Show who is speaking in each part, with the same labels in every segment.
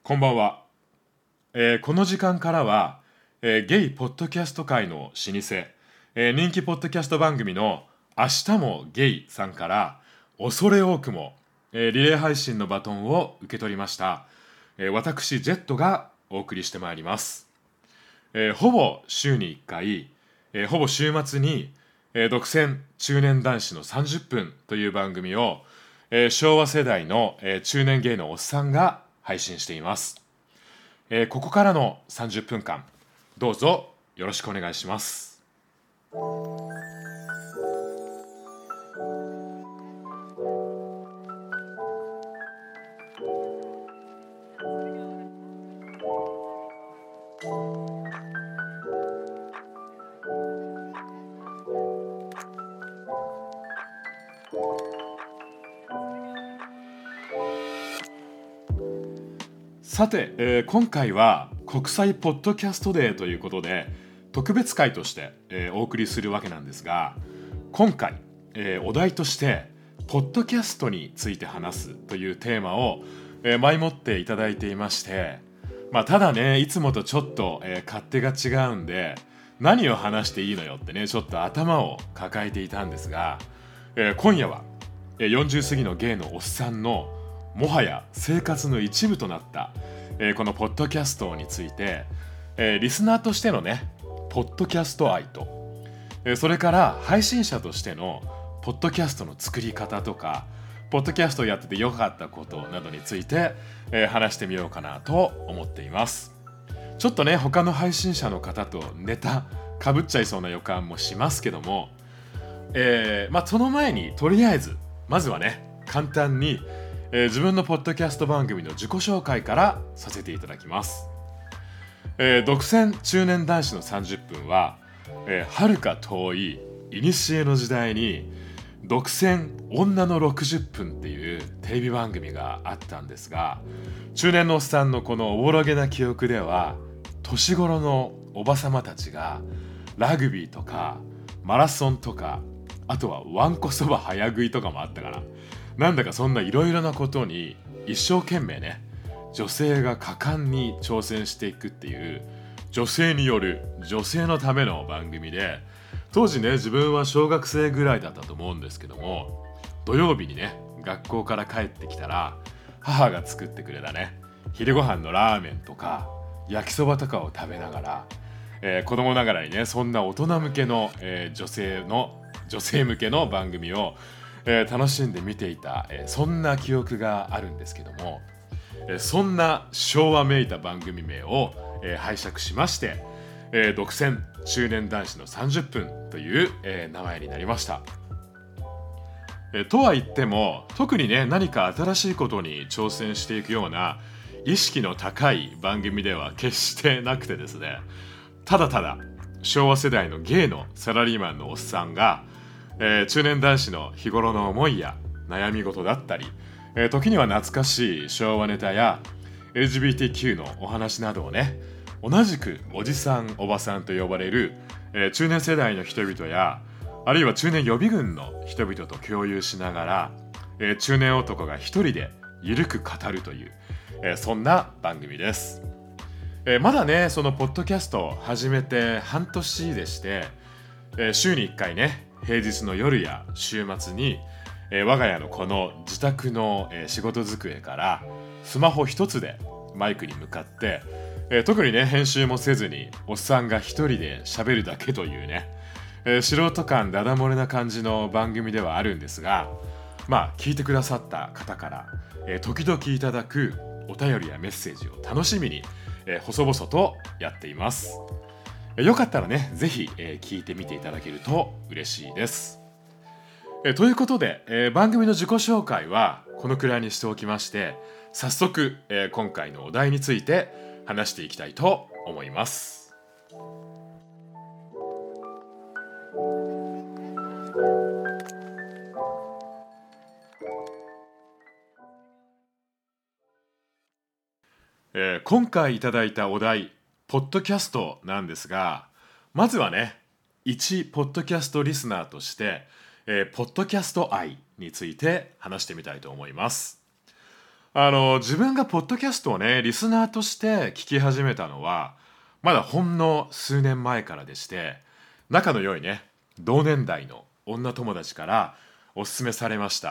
Speaker 1: こんばんは。この時間からは、ゲイポッドキャスト界の老舗、人気ポッドキャスト番組の明日もゲイさんから恐れ多くも、リレー配信のバトンを受け取りました、私ジェットがお送りしてまいります。ほぼ週に1回、ほぼ週末に、独占中年男子の30分という番組を、昭和世代の、中年ゲイのおっさんが配信しています。ここからの30分間どうぞよろしくお願いします。さて、今回は国際ポッドキャストデーということで特別会として、お送りするわけなんですが、今回、お題としてポッドキャストについて話すというテーマを、前もっていただいていまして、ただね、いつもとちょっと、勝手が違うんで何を話していいのよってね、ちょっと頭を抱えていたんですが、今夜は40過ぎのゲイのおっさんのもはや生活の一部となった、このポッドキャストについて、リスナーとしてのねポッドキャスト愛と、それから配信者としてのポッドキャストの作り方とか、ポッドキャストをやってて良かったことなどについて、話してみようかなと思っています。ちょっとね、他の配信者の方とネタかぶっちゃいそうな予感もしますけども、その前にとりあえずまずはね、簡単に、自分のポッドキャスト番組の自己紹介からさせていただきます。独占中年男子の30分は、遥か遠い古の時代に独占女の60分っていうテレビ番組があったんですが、中年のおっさんのこのおぼろげな記憶では、年頃のおばさまたちがラグビーとかマラソンとか、あとはわんこそば早食いとかもあったかな。なんだかそんないろいろなことに一生懸命ね、女性が果敢に挑戦していくっていう、女性による女性のための番組で、当時ね、自分は小学生ぐらいだったと思うんですけども、土曜日にね学校から帰ってきたら母が作ってくれたね昼ご飯のラーメンとか焼きそばとかを食べながら、子供ながらにね、そんな大人向けの、女性向けの番組を、楽しんで見ていた、そんな記憶があるんですけども、そんな昭和めいた番組名を、拝借しまして、独占中年男子の30分という、名前になりました。とは言っても特にね、何か新しいことに挑戦していくような意識の高い番組では決してなくてですね、ただただ昭和世代のゲイのサラリーマンのおっさんが、中年男子の日頃の思いや悩み事だったり、時には懐かしい昭和ネタや LGBTQ のお話などをね、同じくおじさんおばさんと呼ばれる、中年世代の人々や、あるいは中年予備軍の人々と共有しながら、中年男が一人でゆるく語るという、そんな番組です。まだね、そのポッドキャストを始めて半年でして、週に1回ね、平日の夜や週末に、我が家のこの自宅の、仕事机からスマホ一つでマイクに向かって、特にね編集もせずにおっさんが一人で喋るだけというね、素人感ダダ漏れな感じの番組ではあるんですが、聞いてくださった方から、時々いただくお便りやメッセージを楽しみに、細々とやっています。よかったらね、ぜひ、聞いてみていただけると嬉しいです。ということで、番組の自己紹介はこのくらいにしておきまして、早速、今回のお題について話していきたいと思います。今回いただいたお題ポッドキャストなんですが、まずはね、一ポッドキャストリスナーとして、ポッドキャスト愛について話してみたいと思います。 自分がポッドキャストをねリスナーとして聞き始めたのはまだほんの数年前からでして、仲の良いね同年代の女友達からおすすめされました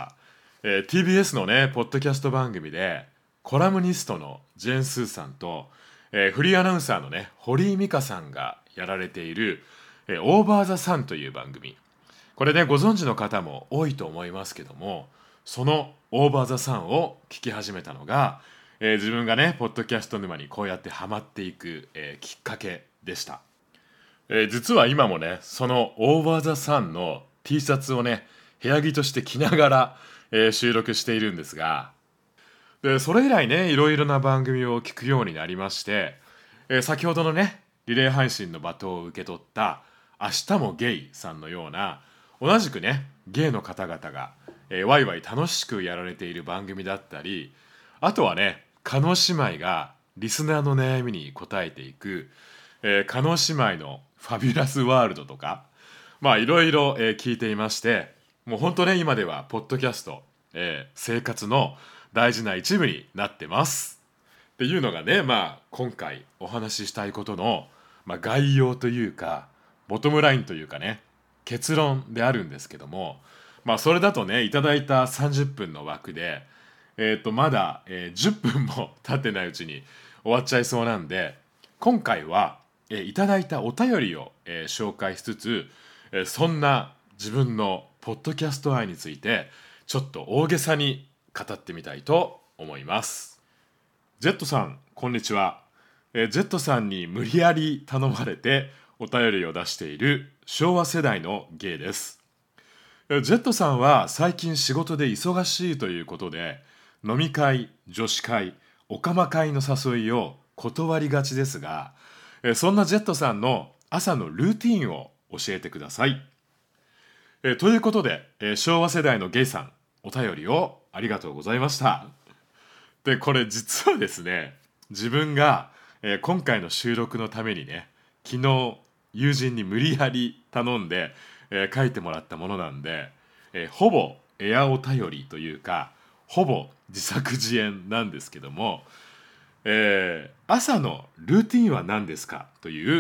Speaker 1: 、TBS のねポッドキャスト番組でコラムニストのジェーン・スーさんと、フリーアナウンサーのね堀井美香さんがやられている、オーバー・ザ・サンという番組、これねご存知の方も多いと思いますけども、そのオーバー・ザ・サンを聞き始めたのが、自分がねポッドキャスト沼にこうやってハマっていく、きっかけでした、実は今もねそのオーバー・ザ・サンの T シャツをね部屋着として着ながら、収録しているんですが、でそれ以来ねいろいろな番組を聞くようになりまして、先ほどのねリレー配信のバトンを受け取った明日もゲイさんのような同じくねゲイの方々が、ワイワイ楽しくやられている番組だったり、あとはね叶姉妹がリスナーの悩みに答えていく、叶姉妹のファビュラスワールドとか、まあいろいろ聞いていまして、もう本当ね今ではポッドキャスト、生活の大事な一部になってますっていうのがね、まあ今回お話ししたいことの、概要というかボトムラインというかね結論であるんですけども、それだとねいただいた30分の枠でまだ、10分も経ってないうちに終わっちゃいそうなんで、今回は、いただいたお便りを、紹介しつつ、そんな自分のポッドキャスト愛についてちょっと大げさに語ってみたいと思います。ジェットさんこんにちは、ジェットさんに無理やり頼まれてお便りを出している昭和世代のゲイです。ジェットさんは最近仕事で忙しいということで飲み会、女子会、オカマ会の誘いを断りがちですが、そんなジェットさんの朝のルーティンを教えてください。ということで、昭和世代のゲイさん、お便りをありがとうございました。で、これ実はですね、自分が、今回の収録のためにね、昨日友人に無理やり頼んで、書いてもらったものなんで、ほぼエアお便りというか、ほぼ自作自演なんですけども、朝のルーティンは何ですかという、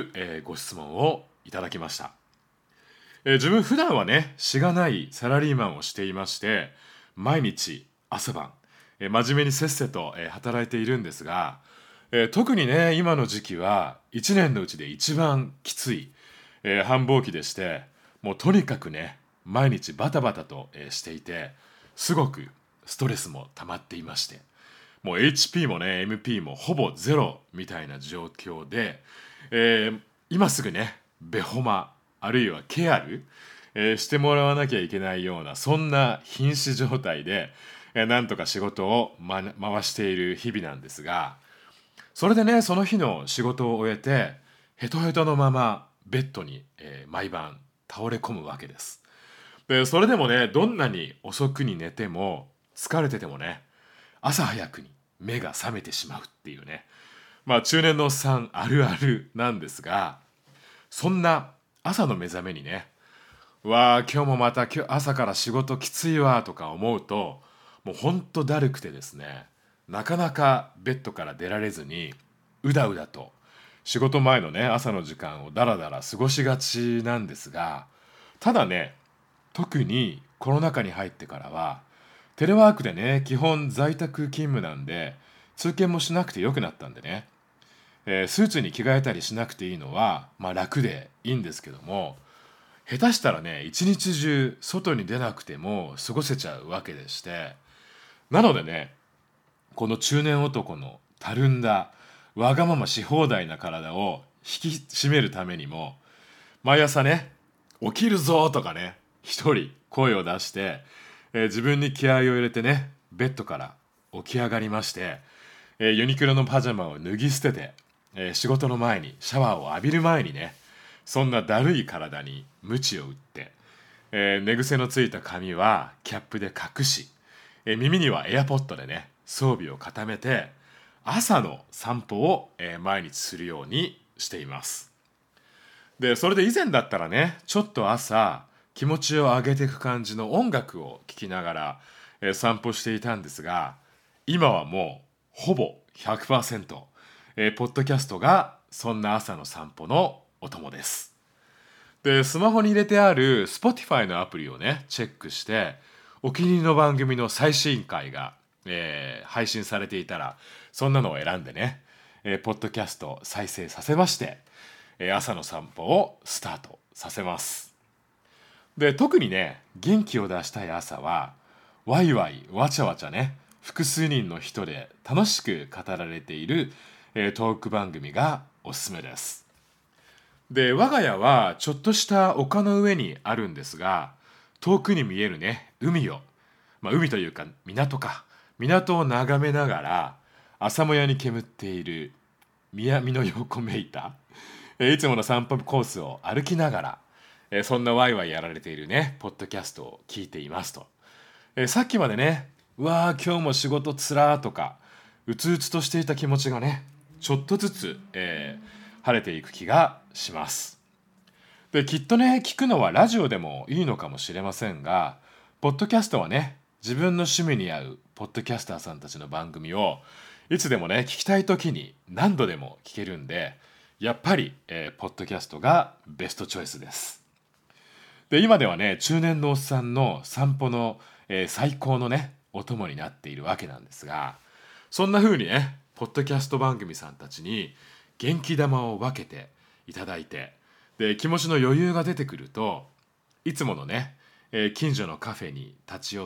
Speaker 1: ご質問をいただきました。自分普段はねしがないサラリーマンをしていまして、毎日朝晩、真面目にせっせと、働いているんですが、特にね今の時期は1年のうちで一番きつい、繁忙期でして、もうとにかくね毎日バタバタと、していて、すごくストレスも溜まっていまして、もう HP もね MP もほぼゼロみたいな状況で、今すぐねベホマあるいはケアル、してもらわなきゃいけないようなそんな瀕死状態で、なんとか仕事を、回している日々なんですが、それでねその日の仕事を終えてヘトヘトのままベッドに、毎晩倒れ込むわけです。でそれでもねどんなに遅くに寝ても疲れててもね朝早くに目が覚めてしまうっていうね、中年のおっさんあるあるなんですが、そんな朝の目覚めにね、今日もまた朝から仕事きついわとか思うと、もうほんとだるくてですね、なかなかベッドから出られずにうだうだと仕事前のね朝の時間をだらだら過ごしがちなんですが、ただね特にコロナ禍に入ってからはテレワークでね基本在宅勤務なんで通勤もしなくてよくなったんでね、スーツに着替えたりしなくていいのは、楽でいいんですけども、下手したらね一日中外に出なくても過ごせちゃうわけでして、なのでねこの中年男のたるんだわがままし放題な体を引き締めるためにも、毎朝ね起きるぞとかね一人声を出して、自分に気合を入れてねベッドから起き上がりまして、ユニクロのパジャマを脱ぎ捨てて、仕事の前にシャワーを浴びる前にねそんなだるい体に鞭を打って、寝癖のついた髪はキャップで隠し、耳にはエアポッドでね装備を固めて朝の散歩を、毎日するようにしています。でそれで以前だったらねちょっと朝気持ちを上げていく感じの音楽を聴きながら、散歩していたんですが、 今はもうほぼ 100%、ポッドキャストがそんな朝の散歩のお供です。で、スマホに入れてある Spotify のアプリをね、チェックして、お気に入りの番組の最新回が、配信されていたら、そんなのを選んでね、ポッドキャスト再生させまして、朝の散歩をスタートさせます。で、特にね、元気を出したい朝は、ワイワイ、わちゃわちゃね、複数人の人で楽しく語られている、トーク番組がおすすめです。で、我が家はちょっとした丘の上にあるんですが、遠くに見えるね、海を、海というか港を眺めながら、朝もやに煙っている南の横めいた、いつもの散歩コースを歩きながら、そんなワイワイやられているね、ポッドキャストを聞いていますと。さっきまでね、うわー今日も仕事つらーとか、うつうつとしていた気持ちがね、ちょっとずつ、晴れていく気がします。で、きっとね、聞くのはラジオでもいいのかもしれませんが、ポッドキャストはね、自分の趣味に合うポッドキャスターさんたちの番組をいつでもね、聞きたい時に何度でも聞けるんで、やっぱり、ポッドキャストがベストチョイスです。で、今ではね、中年のおっさんの散歩の、最高のね、お供になっているわけなんですが、そんな風にね、ポッドキャスト番組さんたちに元気玉を分けていただいて、で、気持ちの余裕が出てくると、いつものね、近所のカフェに立ち寄って、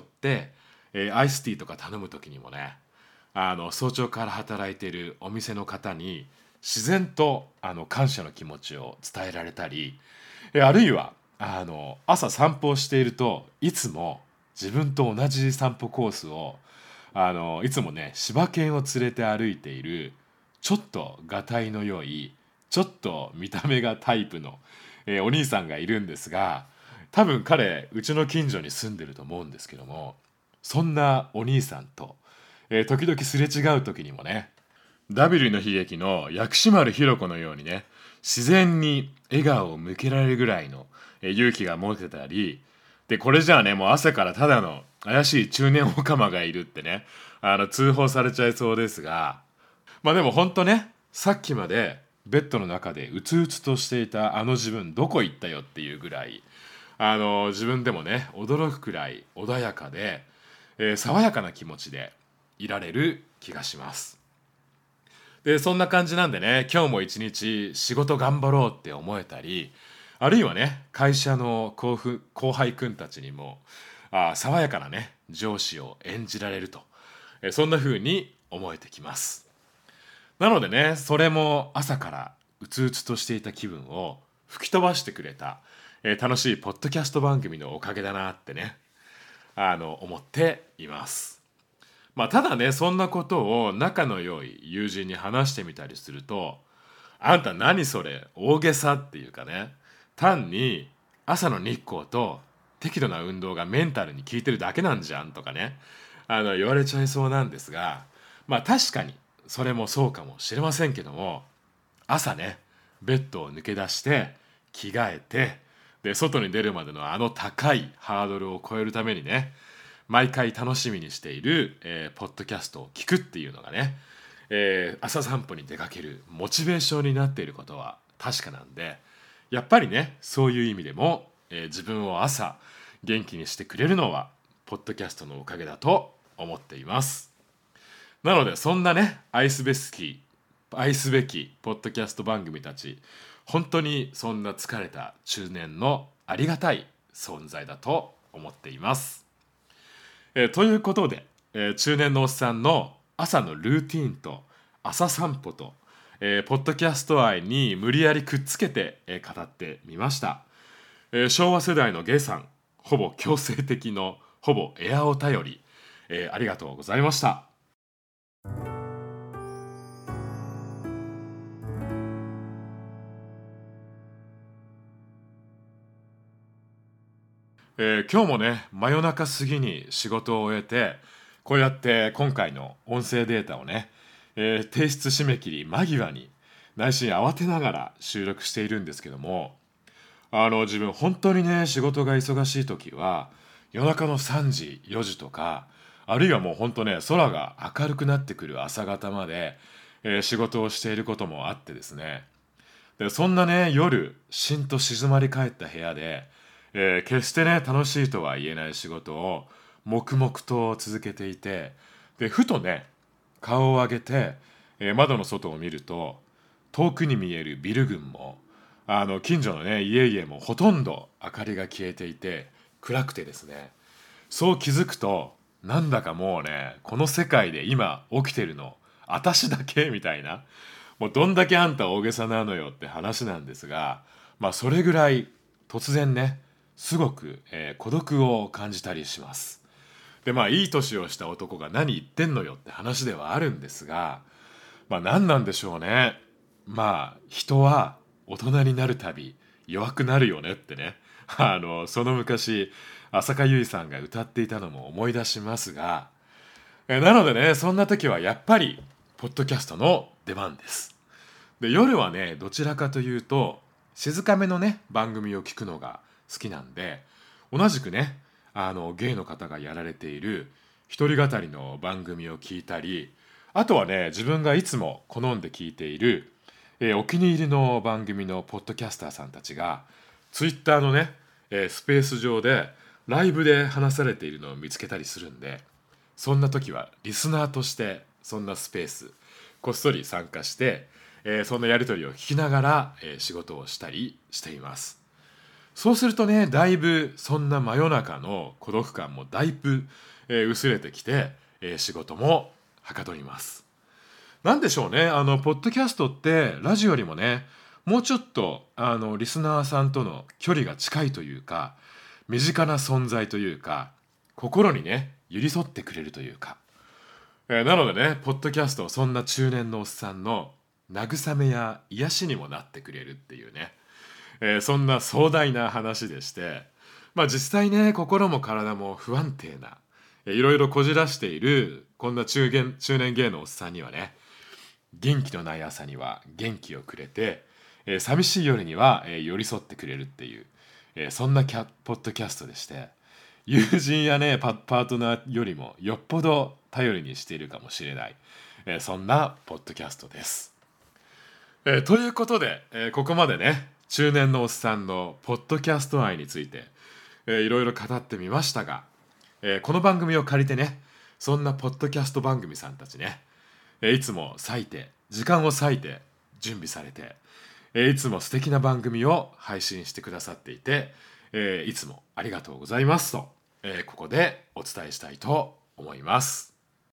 Speaker 1: アイスティーとか頼む時にもね、早朝から働いているお店の方に自然と感謝の気持ちを伝えられたり、あるいは朝散歩をしているといつも自分と同じ散歩コースをいつもね柴犬を連れて歩いているちょっとがたいの良いちょっと見た目がタイプの、お兄さんがいるんですが、多分彼うちの近所に住んでると思うんですけども、そんなお兄さんと、時々すれ違う時にもね、ダビルの悲劇の薬師丸ひろ子のようにね、自然に笑顔を向けられるぐらいの、勇気が持てたり、で、これじゃあね、もう朝からただの怪しい中年オカマがいるってね、通報されちゃいそうですが、でも本当ね、さっきまでベッドの中でうつうつとしていた自分どこ行ったよっていうぐらい、自分でもね、驚くくらい穏やかで、爽やかな気持ちでいられる気がします。で、そんな感じなんでね、今日も一日仕事頑張ろうって思えたり、あるいはね、会社の後輩くんたちにも、爽やかなね、上司を演じられると、そんな風に思えてきます。なのでね、それも朝からうつうつとしていた気分を吹き飛ばしてくれた、楽しいポッドキャスト番組のおかげだなってね、思っています。ただね、そんなことを仲の良い友人に話してみたりすると、あんた何それ大げさっていうかね、単に朝の日光と適度な運動がメンタルに効いてるだけなんじゃんとかね、言われちゃいそうなんですが、確かにそれもそうかもしれませんけども、朝ね、ベッドを抜け出して着替えて、で外に出るまでの高いハードルを超えるためにね、毎回楽しみにしている、ポッドキャストを聞くっていうのがね、朝散歩に出かけるモチベーションになっていることは確かなんで、やっぱりね、そういう意味でも、自分を朝元気にしてくれるのはポッドキャストのおかげだと思っています。なのでそんなね、愛すべきポッドキャスト番組たち、本当にそんな疲れた中年のありがたい存在だと思っています。ということで、中年のおっさんの朝のルーティーンと朝散歩と、ポッドキャスト愛に無理やりくっつけて、語ってみました。昭和世代のゲイさん、ほぼ強制的のほぼエアお便り、ありがとうございました。今日もね、真夜中過ぎに仕事を終えて、こうやって今回の音声データをね、提出締め切り間際に内心慌てながら収録しているんですけども、自分本当にね、仕事が忙しい時は夜中の3時4時とか、 あるいはもうほんとね、空が明るくなってくる朝方まで、仕事をしていることもあってですね。で、そんなね、夜、しんと静まり返った部屋で、決してね、楽しいとは言えない仕事を黙々と続けていて、で、ふとね、顔を上げて、窓の外を見ると、遠くに見えるビル群も、近所のね、家々もほとんど明かりが消えていて、暗くてですね、そう気づくと、なんだかもうね、この世界で今起きてるの、私だけみたいな、もうどんだけあんた大げさなのよって話なんですが、まあそれぐらい突然ね、すごく、孤独を感じたりします。で、まあいい年をした男が何言ってんのよって話ではあるんですが、まあ何なんでしょうね。まあ人は大人になるたび弱くなるよねってね。その昔、浅香唯さんが歌っていたのも思い出しますが、なのでね、そんな時はやっぱり、ポッドキャストの出番です。で、夜はね、どちらかというと、静かめのね、番組を聞くのが好きなんで、同じくね、ゲイの方がやられている一人語りの番組を聞いたり、あとはね、自分がいつも好んで聞いている、お気に入りの番組のポッドキャスターさんたちが、ツイッターのね、スペース上でライブで話されているのを見つけたりするんで、そんな時はリスナーとしてそんなスペースこっそり参加して、そんなやり取りを聞きながら、仕事をしたりしています。そうするとね、だいぶそんな真夜中の孤独感もだいぶ、薄れてきて、仕事もはかどります。なんでしょうね、ポッドキャストってラジオよりもね、もうちょっとリスナーさんとの距離が近いというか、身近な存在というか、心にね寄り添ってくれるというか、なのでね、ポッドキャスト、そんな中年のおっさんの慰めや癒しにもなってくれるっていうね、そんな壮大な話でして、まあ実際ね、心も体も不安定な、いろいろこじらしているこんな中年芸のおっさんにはね、元気のない朝には元気をくれて、寂しい夜には、寄り添ってくれるっていう、そんなポッドキャストでして、友人やね、パートナーよりもよっぽど頼りにしているかもしれない、そんなポッドキャストです。ということで、ここまでね、中年のおっさんのポッドキャスト愛について、いろいろ語ってみましたが、この番組を借りてね、そんなポッドキャスト番組さんたちね、いつも時間を割いて準備されて、いつも素敵な番組を配信してくださっていて、いつもありがとうございますと、ここでお伝えしたいと思います。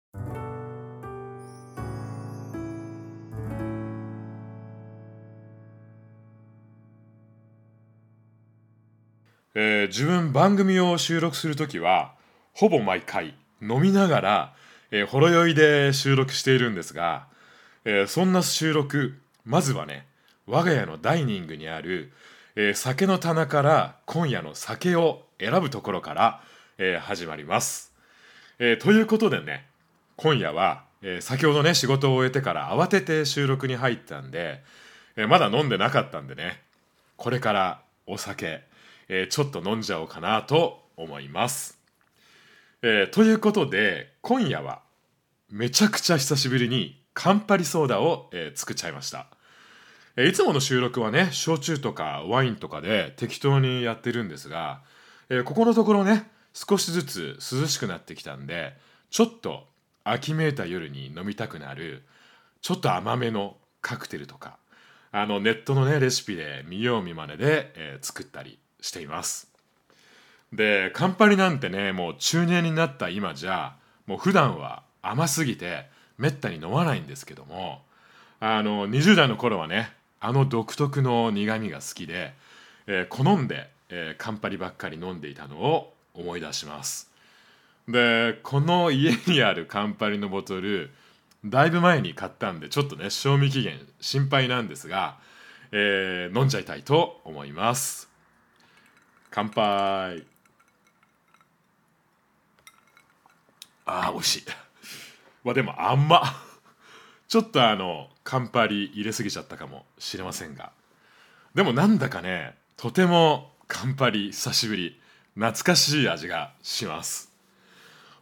Speaker 1: 自分番組を収録するときはほぼ毎回飲みながら、ほろ酔いで収録しているんですが、そんな収録、まずはね、我が家のダイニングにある、酒の棚から今夜の酒を選ぶところから、始まります。ということでね、今夜は、先ほどね仕事を終えてから慌てて収録に入ったんで、まだ飲んでなかったんでね、これからお酒、ちょっと飲んじゃおうかなと思います。ということで今夜はめちゃくちゃ久しぶりにカンパリソーダを、作っちゃいました。いつもの収録はね、焼酎とかワインとかで適当にやってるんですが、ここのところね、少しずつ涼しくなってきたんで、ちょっと秋めいた夜に飲みたくなる、ちょっと甘めのカクテルとか、ネットのね、レシピで見よう見まねで、作ったりしています。で、カンパリなんてね、もう中年になった今じゃ、もう普段は甘すぎてめったに飲まないんですけども、20代の頃はね、独特の苦味が好きで、好んで、カンパリばっかり飲んでいたのを思い出します。で、この家にあるカンパリのボトル、だいぶ前に買ったんでちょっとね賞味期限心配なんですが、飲んじゃいたいと思います。乾杯。美味しい。でも甘っ。ちょっとカンパリ入れすぎちゃったかもしれませんが、でもなんだかね、とてもカンパリ久しぶり、懐かしい味がします。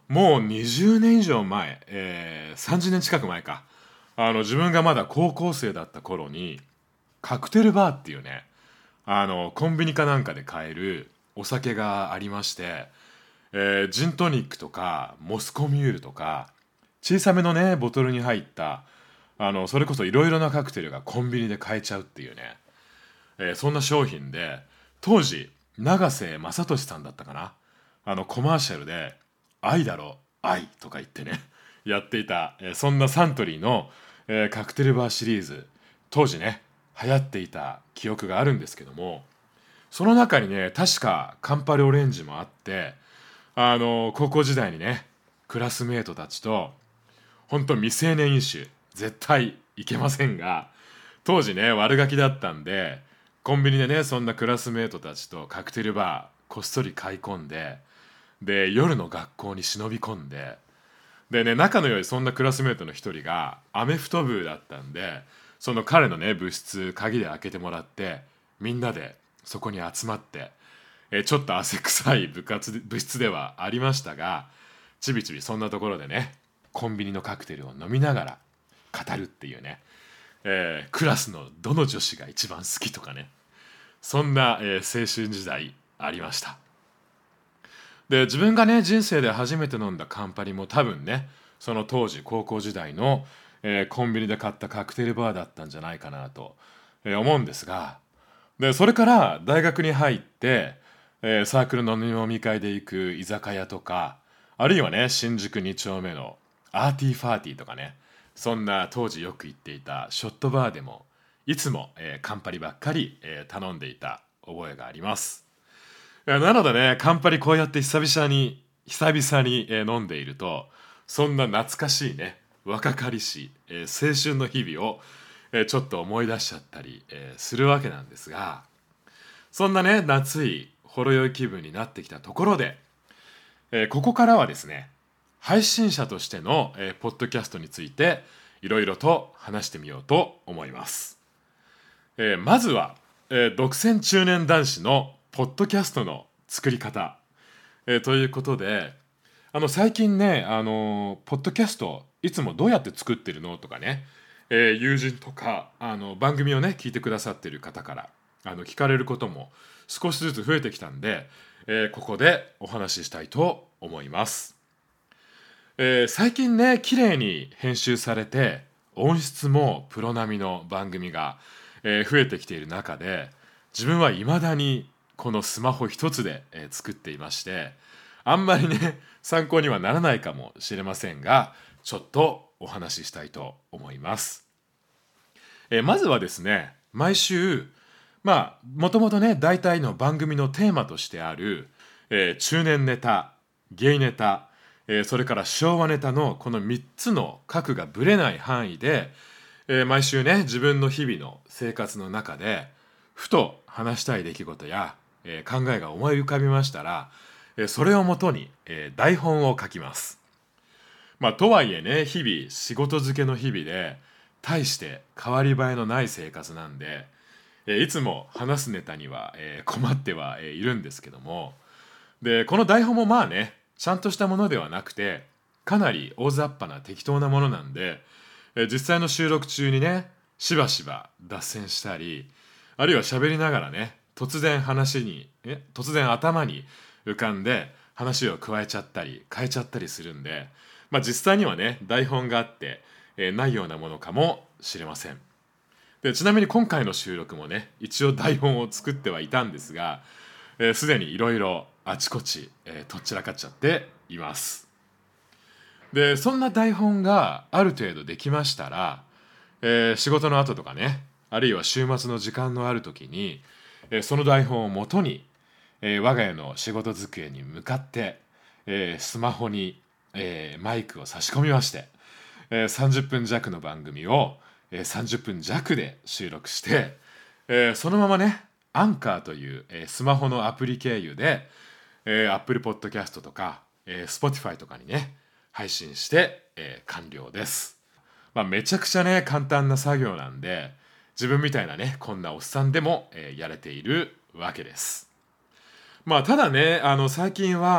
Speaker 1: もう20年以上前、30年近く前か。自分がまだ高校生だった頃に、カクテルバーっていうね、コンビニかなんかで買えるお酒がありまして、ジントニックとかモスコミュールとか小さめのねボトルに入ったそれこそいろいろなカクテルがコンビニで買えちゃうっていうね、そんな商品で、当時永瀬正敏さんだったかな、コマーシャルで「愛だろ愛」とか言ってねやっていた、そんなサントリーの、カクテルバーシリーズ、当時ね流行っていた記憶があるんですけども、その中にね確かカンパルオレンジもあって、高校時代にねクラスメートたちと本当未成年飲酒絶対いけませんが、当時ね悪ガキだったんで、コンビニでねそんなクラスメートたちとカクテルバーこっそり買い込んで、で夜の学校に忍び込んで、でね仲の良いそんなクラスメートの一人がアメフト部だったんで、その彼のね部室鍵で開けてもらって、みんなでそこに集まって、ちょっと汗臭い部室ではありましたが、ちびちびそんなところでねコンビニのカクテルを飲みながら語るっていうね、クラスのどの女子が一番好きとかね、そんな、青春時代ありました。で自分がね人生で初めて飲んだカンパニも多分ねその当時高校時代の、コンビニで買ったカクテルバーだったんじゃないかなと、思うんですが、でそれから大学に入って、サークルの飲み会で行く居酒屋とか、あるいはね新宿2丁目のアーティーファーティーとかね、そんな当時よく行っていたショットバーでもいつも、カンパリばっかり、頼んでいた覚えがあります。なのでねカンパリこうやって久々に飲んでいると、そんな懐かしいね若かりしい、青春の日々を、ちょっと思い出しちゃったり、するわけなんですが、そんなね夏いほろ酔い気分になってきたところで、ここからはですね配信者としての、ポッドキャストについていろいろと話してみようと思います。まずは、独占中年男子のポッドキャストの作り方、ということで、最近ねポッドキャストいつもどうやって作ってるのとかね、友人とか番組をね聞いてくださっている方から聞かれることも少しずつ増えてきたんで、ここでお話ししたいと思います。最近ね綺麗に編集されて音質もプロ並みの番組が、増えてきている中で、自分は未だにこのスマホ一つで、作っていまして、あんまりね参考にはならないかもしれませんが、ちょっとお話ししたいと思います。まずはですね毎週もともとね大体の番組のテーマとしてある、中年ネタ、ゲイネタ、それから昭和ネタのこの3つの核がぶれない範囲で、毎週ね自分の日々の生活の中でふと話したい出来事や、考えが思い浮かびましたら、それをもとに、台本を書きます。とはいえね日々仕事漬けの日々で大して変わり映えのない生活なんで、いつも話すネタには、困ってはいるんですけども、でこの台本もちゃんとしたものではなくて、かなり大雑把な適当なものなんで、実際の収録中にねしばしば脱線したり、あるいは喋りながらね突然頭に浮かんで話を加えちゃったり変えちゃったりするんで、実際にはね台本があって、ないようなものかもしれません。でちなみに今回の収録もね一応台本を作ってはいたんですが、すでにいろいろあちこち、とっちらかっちゃっています。でそんな台本がある程度できましたら、仕事の後とかね、あるいは週末の時間のある時に、その台本をもとに、我が家の仕事机に向かって、スマホに、マイクを差し込みまして、30分弱の番組を、30分弱で収録して、そのままねアンカーという、スマホのアプリ経由で、Apple Podcast とか、Spotify とかにね配信して、完了です。めちゃくちゃね簡単な作業なんで、自分みたいなねこんなおっさんでも、やれているわけです。ただね最近は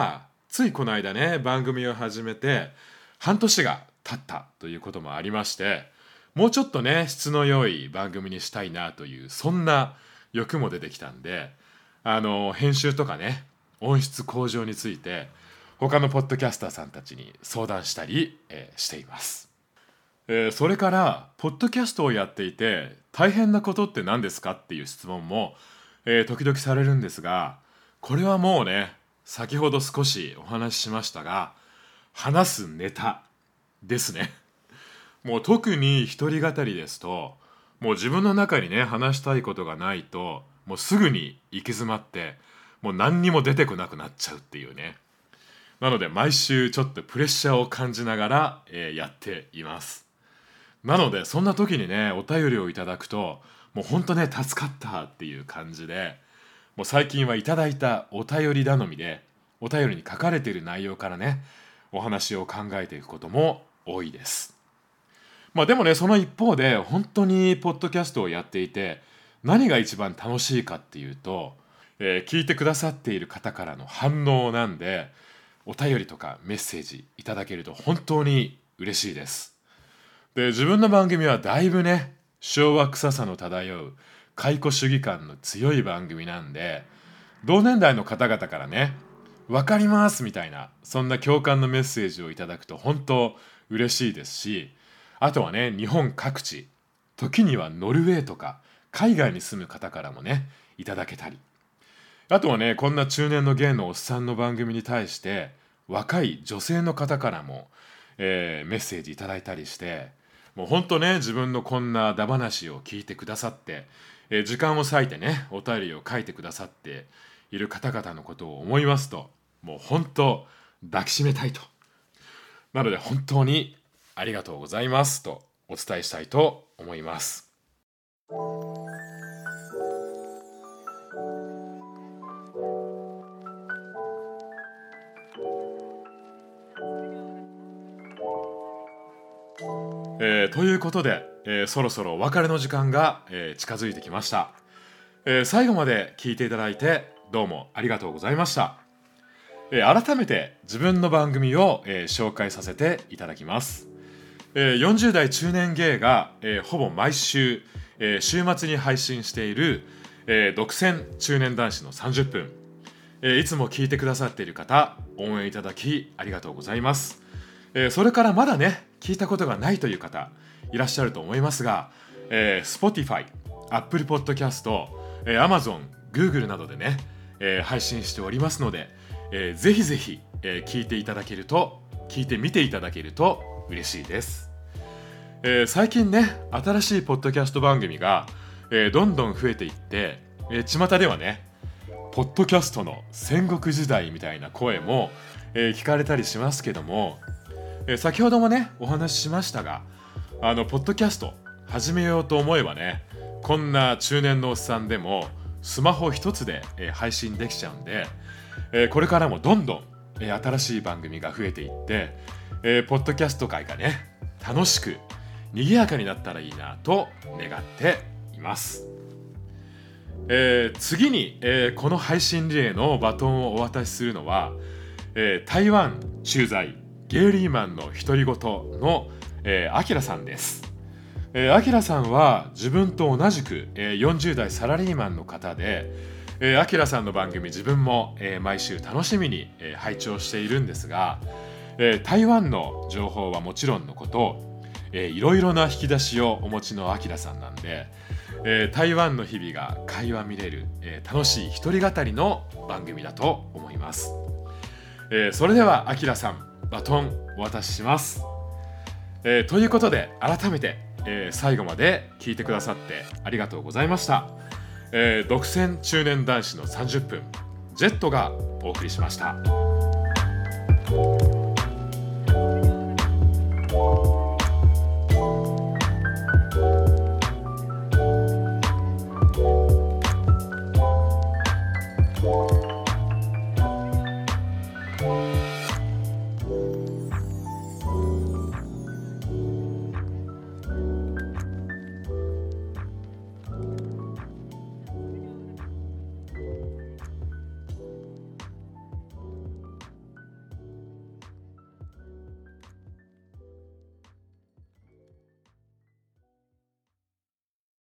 Speaker 1: ついこの間ね番組を始めて半年が経ったということもありまして、もうちょっとね質の良い番組にしたいなというそんな欲も出てきたんで、編集とかね音質向上について他のポッドキャスターさんたちに相談したり、しています。それからポッドキャストをやっていて大変なことって何ですかっていう質問も、時々されるんですが、これはもうね先ほど少しお話ししましたが、話すネタですね。もう特に一人語りですと、もう自分の中にね話したいことがないともうすぐに行き詰まってもう何にも出てこなくなっちゃうっていうね。なので毎週ちょっとプレッシャーを感じながら、やっています。なのでそんな時にねお便りをいただくともうほんとね助かったっていう感じで、もう最近はいただいたお便り頼みでお便りに書かれている内容からねお話を考えていくことも多いです。でもねその一方で本当にポッドキャストをやっていて何が一番楽しいかっていうと、聞いてくださっている方からの反応なんで、お便りとかメッセージいただけると本当に嬉しいです。で自分の番組はだいぶね昭和臭さの漂う解雇主義感の強い番組なんで、同年代の方々からね分かりますみたいなそんな共感のメッセージをいただくと本当嬉しいですし、あとはね日本各地、時にはノルウェーとか海外に住む方からもねいただけたり、あとはねこんな中年の芸のおっさんの番組に対して若い女性の方からも、メッセージいただいたりして、もうほんとね自分のこんなダ話を聞いてくださって、時間を割いてねお便りを書いてくださっている方々のことを思いますと、もう本当抱きしめたいと。なので本当にありがとうございますとお伝えしたいと思います。ということで、そろそろお別れの時間が、近づいてきました。最後まで聞いていただいてどうもありがとうございました。改めて自分の番組を、紹介させていただきます。40代中年芸が、ほぼ毎週、週末に配信している、独占中年男子の30分、いつも聞いてくださっている方応援いただきありがとうございます。それからまだね聞いたことがないという方いらっしゃると思いますが、Spotify、Apple Podcast、Amazon、Google などでね、配信しておりますので、ぜひぜひ、聞いてみていただけると嬉しいです。最近ね新しいポッドキャスト番組が、どんどん増えていって、巷ではねポッドキャストの戦国時代みたいな声も、聞かれたりしますけども、先ほどもねお話ししましたが、ポッドキャスト始めようと思えばねこんな中年のおっさんでもスマホ一つで、配信できちゃうんで、これからもどんどん、新しい番組が増えていって、ポッドキャスト界がね楽しく賑やかになったらいいなと願っています。次に、この配信リレーのバトンをお渡しするのは、台湾駐在ゲイリーマンの独り言のアキラさんです。アキラさんは自分と同じく、40代サラリーマンの方で、アキラさんの番組自分も、毎週楽しみに、拝聴しているんですが、台湾の情報はもちろんのこと、いろいろな引き出しをお持ちのアキラさんなんで、台湾の日々が垣間見れる、楽しい一人語りの番組だと思います。それではアキラさんバトンお渡しします。ということで改めて、最後まで聞いてくださってありがとうございました。独占中年男子の30分、ジェットがお送りしました。